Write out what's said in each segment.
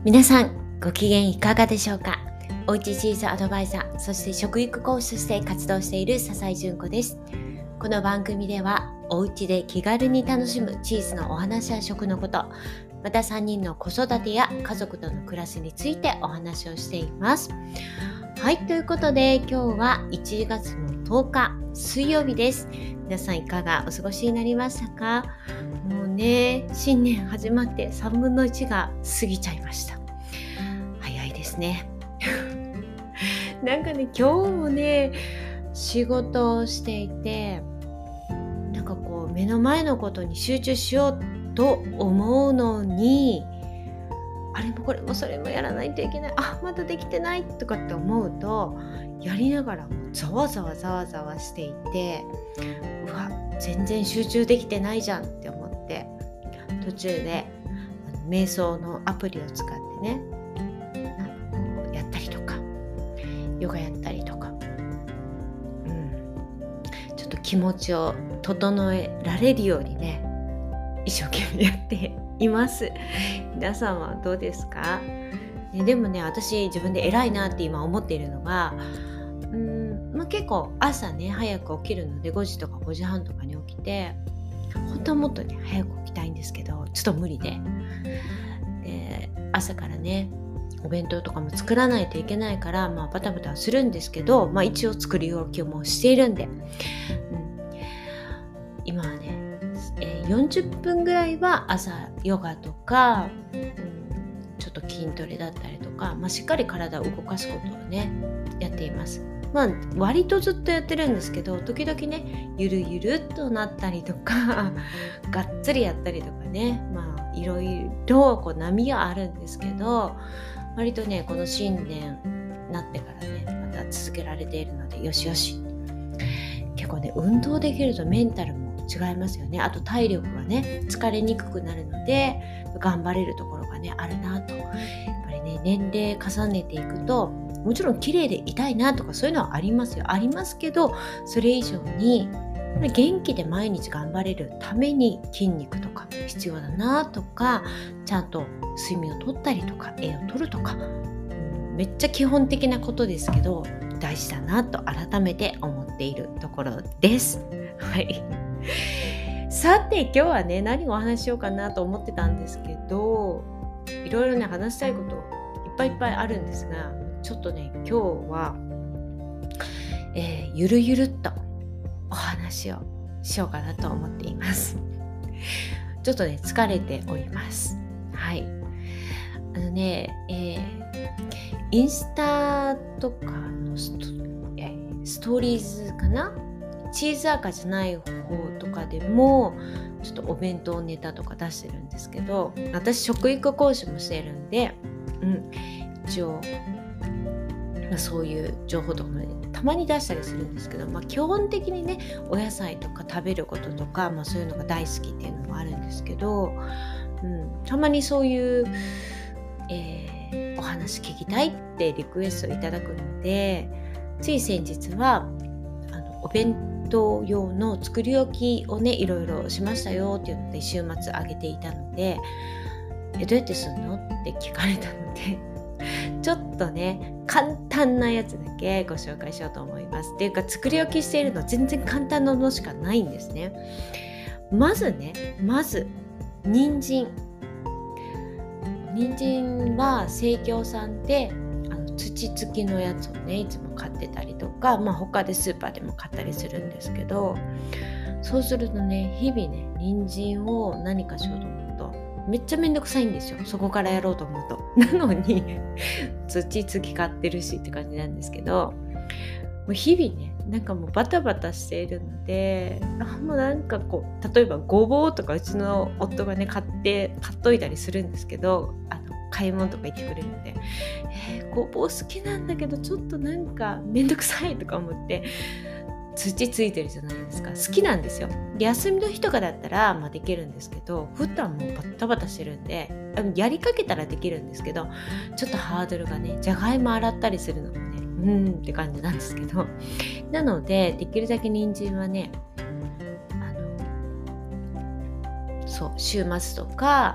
皆さんご機嫌いかがでしょうか。おうちチーズアドバイザー、そして食育講師として活動している笹井純子です。この番組ではおうちで気軽に楽しむチーズのお話や食のこと、また3人の子育てや家族との暮らしについてお話をしています。はい、ということで今日は1月の10日水曜日です。皆さんいかがお過ごしになりましたか。もうね、新年始まって3分の1が過ぎちゃいました。早いですね。なんかね、今日もね、仕事をしていて、なんかこう目の前のことに集中しようと思うのに、あれもこれもそれもやらないといけない、まだできてないとかって思うと、やりながらもざわざわしていて、全然集中できてないじゃんって思って、途中で瞑想のアプリを使ってね、やったりとかヨガやったりとか、ちょっと気持ちを整えられるようにね、一生懸命やっています。皆さんはどうですか？でもね、私自分で偉いなって今思っているのが、結構朝ね早く起きるので、5時とか5時半とかに起きて、本当はもっとね早く起きたいんですけど、ちょっと無理で、朝からねお弁当とかも作らないといけないから、バタバタはするんですけど、一応作り置きをもうしているんで、今はね、40分ぐらいは朝ヨガとか、ちょっと筋トレだったりとか、しっかり体を動かすことをねやっています。割とずっとやってるんですけど、時々ねゆるゆるっとなったりとかがっつりやったりとかね、いろいろこう波があるんですけど、割とねこの新年なってからねまた続けられているので、よしよし。結構ね運動できるとメンタルも違いますよね。あと体力がね疲れにくくなるので、頑張れるところがねあるなと。やっぱりね、年齢重ねていくと、もちろん綺麗でいたいなとかそういうのはありますよ。ありますけど、それ以上に元気で毎日頑張れるために筋肉とか必要だなとか、ちゃんと睡眠をとったりとか栄養をとるとか、めっちゃ基本的なことですけど大事だなと改めて思っているところです。はい。さて今日はね、何をお話ししようかなと思ってたんですけど、いろいろね話したいこといっぱいあるんですが、ちょっとね今日は、ゆるゆるっとお話をしようかなと思っています。ちょっとね疲れております。はい。インスタとかのストーリーズかな、チーズ赤じゃない方とかでもちょっとお弁当ネタとか出してるんですけど、私食育講師もしてるんで、一応そういう情報とかも、ね、たまに出したりするんですけど、基本的にねお野菜とか食べることとか、そういうのが大好きっていうのもあるんですけど、たまにそういう、お話聞きたいってリクエストをいただくので、つい先日はお弁当用の作り置きをねいろいろしましたよっていうので週末あげていたので、どうやってするのって聞かれたのでちょっとね簡単なやつだけご紹介しようと思います。っていうか、作り置きしているのは全然簡単なものしかないんですね。まず人参は生協さんで土付きのやつをねいつも買ってたりとか、他でスーパーでも買ったりするんですけど、そうするとね日々ね人参を何かしようと思うとめっちゃめんどくさいんですよ。そこからやろうと思うと。なのに土付き買ってるしって感じなんですけど、もう日々ねなんかもうバタバタしているので、もうなんかこう例えばごぼうとかうちの夫がね買っといたりするんですけど、買い物とか行ってくれるので、ごぼう好きなんだけどちょっとなんかめんどくさいとか思って、土ついてるじゃないですか。好きなんですよ。休みの日とかだったらできるんですけど、普段もうバタバタしてるんで、やりかけたらできるんですけど、ちょっとハードルがね、じゃがいも洗ったりするのもねって感じなんですけど、なのでできるだけ人参はね週末とか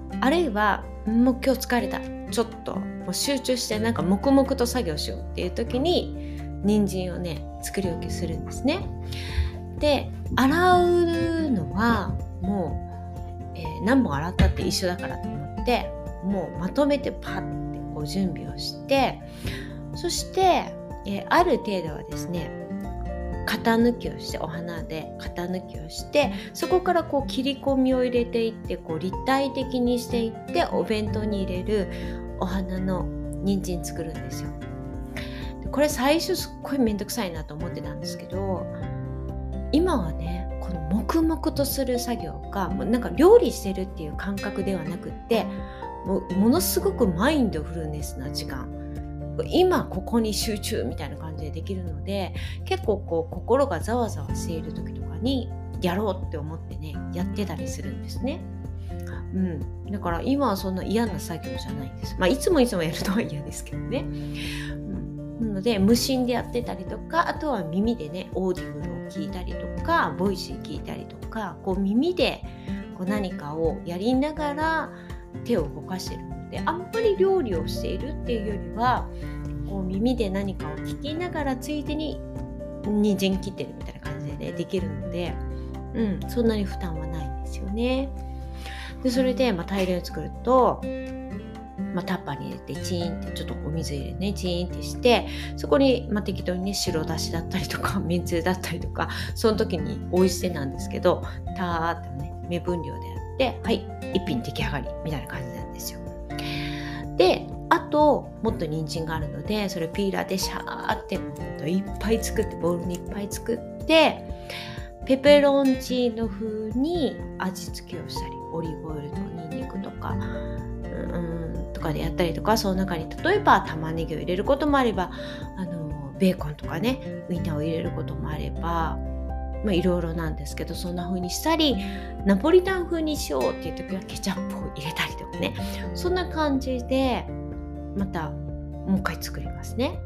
あるいはもう今日疲れた、ちょっともう集中してなんか黙々と作業しようっていう時に人参をね作り置きするんですね。で洗うのはもう、何本洗ったって一緒だからと思って、もうまとめてパッてこう準備をして、そして、ある程度はですね型抜きをして、お花で型抜きをして、そこからこう切り込みを入れていって、こう立体的にしていってお弁当に入れるお花の人参作るんですよ。これ最初すっごいめんどくさいなと思ってたんですけど、今はねこの黙々とする作業がもうなんか料理してるっていう感覚ではなくって、ものすごくマインドフルネスな時間、今ここに集中みたいな感じでできるので、結構こう心がざわざわしている時とかにやろうって思ってねやってたりするんですね。だから今はそんな嫌な作業じゃないんです。いつもやるのは嫌ですけどね。なので無心でやってたりとか、あとは耳でねオーディブルを聞いたりとか、ボイシー聞いたりとか、こう耳でこう何かをやりながら手を動かしているので、あんまり料理をしているっていうよりはこう耳で何かを聞きながらついでに人参切ってるみたいな感じで、ね、できるので、そんなに負担はないんですよね。でそれで、大量に作ると、タッパーに入れてチーンってちょっとお水入れてねチーンってして、そこに、適当にね白だしだったりとかめんつゆだったりとか、その時においしてなんですけど、たーってね目分量でやって、はい一品出来上がりみたいな感じなんですよ。であともっと人参があるので、それピーラーでシャーっていっぱい作って、ボウルにいっぱい作って、ペペロンチーノ風に味付けをしたり、オリーブオイルとニンニクとかとかでやったりとか、その中に例えば玉ねぎを入れることもあれば、ベーコンとかねウインナーを入れることもあれば、いろいろなんですけど、そんな風にしたり、ナポリタン風にしようっていう時はケチャップを入れたりとかね、そんな感じでまたもう一回作りますね。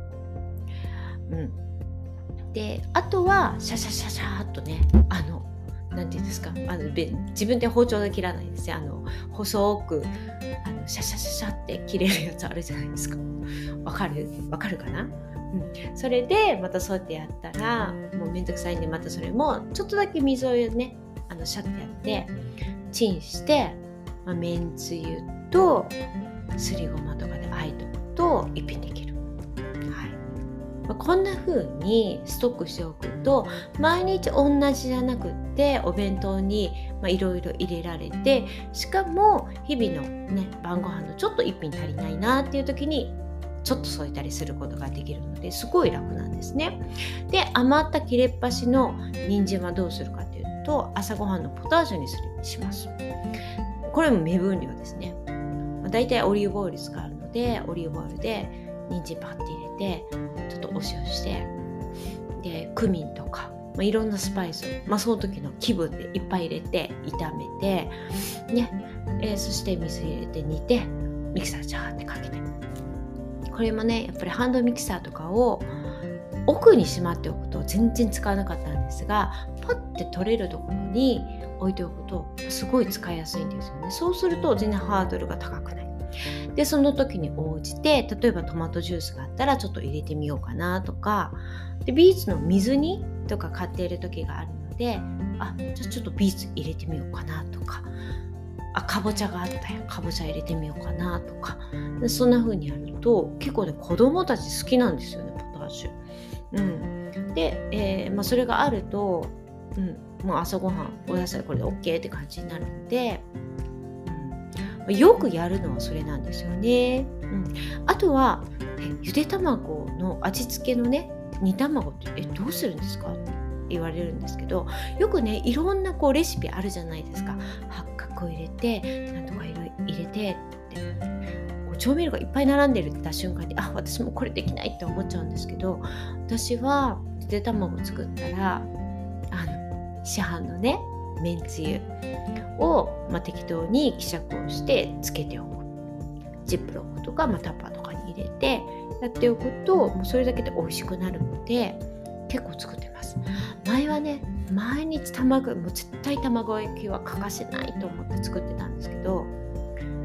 であとはシャシャシャシャーっとね、なんていうんですか、自分で包丁で切らないですよ。細くシャシャシャシャって切れるやつあるじゃないですか。わかるかな。それでまたそうやってやったらもうめんどくさいんで、またそれもちょっとだけ水をねシャッてやってチンして、めんつゆとすりごまとかであえとくと一品できる。こんな風にストックしておくと、毎日同じじゃなくってお弁当にいろいろ入れられて、しかも日々のね晩ご飯のちょっと一品足りないなっていう時にちょっと添えたりすることができるので、すごい楽なんですね。で余った切れっ端の人参はどうするかっていうと、朝ごはんのポタージュにします。これも目分量ですね。だいたいオリーブオイル使うので、オリーブオイルで人参パッて入れて、ちょっとお塩して、でクミンとか、いろんなスパイスを、その時の気分でいっぱい入れて炒めてね、そして水入れて煮て、ミキサージャーってかけて、これもねやっぱりハンドミキサーとかを奥にしまっておくと全然使わなかったんですが、パッて取れるところに置いておくとすごい使いやすいんですよね。そうすると全然ハードルが高くない。でその時に応じて、例えばトマトジュースがあったらちょっと入れてみようかなとか、でビーツの水煮とか買っている時があるので、じゃあちょっとビーツ入れてみようかなとか、かぼちゃがあったよ、かぼちゃ入れてみようかなとか、でそんな風にやると結構ね子供たち好きなんですよね、ポタージュ。で、それがあると、もう朝ごはんお野菜これで OK って感じになるので、よくやるのはそれなんですよね。あとはゆで卵の味付けのね煮卵ってどうするんですかって言われるんですけど、よくねいろんなレシピあるじゃないですか。八角を入れてなんとか入れてって調味料がいっぱい並んでるって言った瞬間に、私もこれできないって思っちゃうんですけど、私はゆで卵作ったら市販のねめんつゆを、適当に希釈をしてつけておく。ジップロックとか、タッパーとかに入れてやっておくと、もうそれだけで美味しくなるので結構作ってます。前はね毎日もう絶対卵焼きは欠かせないと思って作ってたんですけど、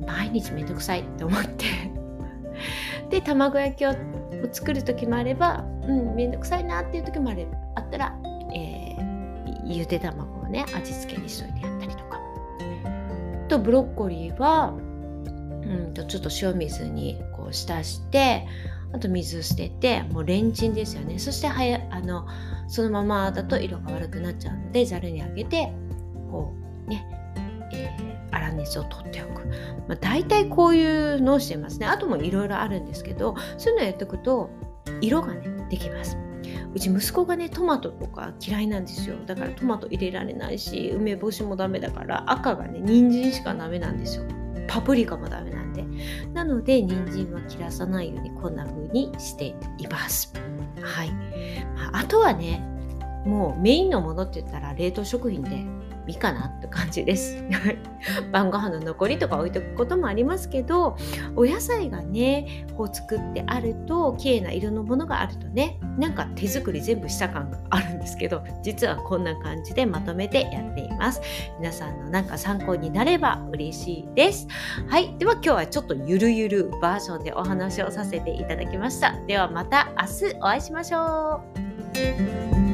毎日めんどくさいって思ってで卵焼きを作る時もあれば、めんどくさいなっていう時もあったら、ゆで卵をね味付けにしといてやったりとか、とブロッコリーはちょっと塩水にこう浸して、あと水捨てて、もうレンチンですよね。そしてそのままだと色が悪くなっちゃうので、ざるにあげてこうね、粗熱を取っておく。大体こういうのをしてますね。あともいろいろあるんですけど、そういうのやっておくと色がねできます。うち息子がねトマトとか嫌いなんですよ。だからトマト入れられないし、梅干しもダメだから、赤がね人参しかダメなんですよ。パプリカもダメなんで。なので人参は切らさないようにこんな風にしています。はい。あとはね、もうメインのものって言ったら冷凍食品でいいかなって感じです。晩ご飯の残りとか置いとくこともありますけど、お野菜がねこう作ってあると、綺麗な色のものがあるとね、なんか手作り全部した感があるんですけど、実はこんな感じでまとめてやっています。皆さんのなんか参考になれば嬉しいです。はい、では今日はちょっとゆるゆるバージョンでお話をさせていただきました。ではまた明日お会いしましょう。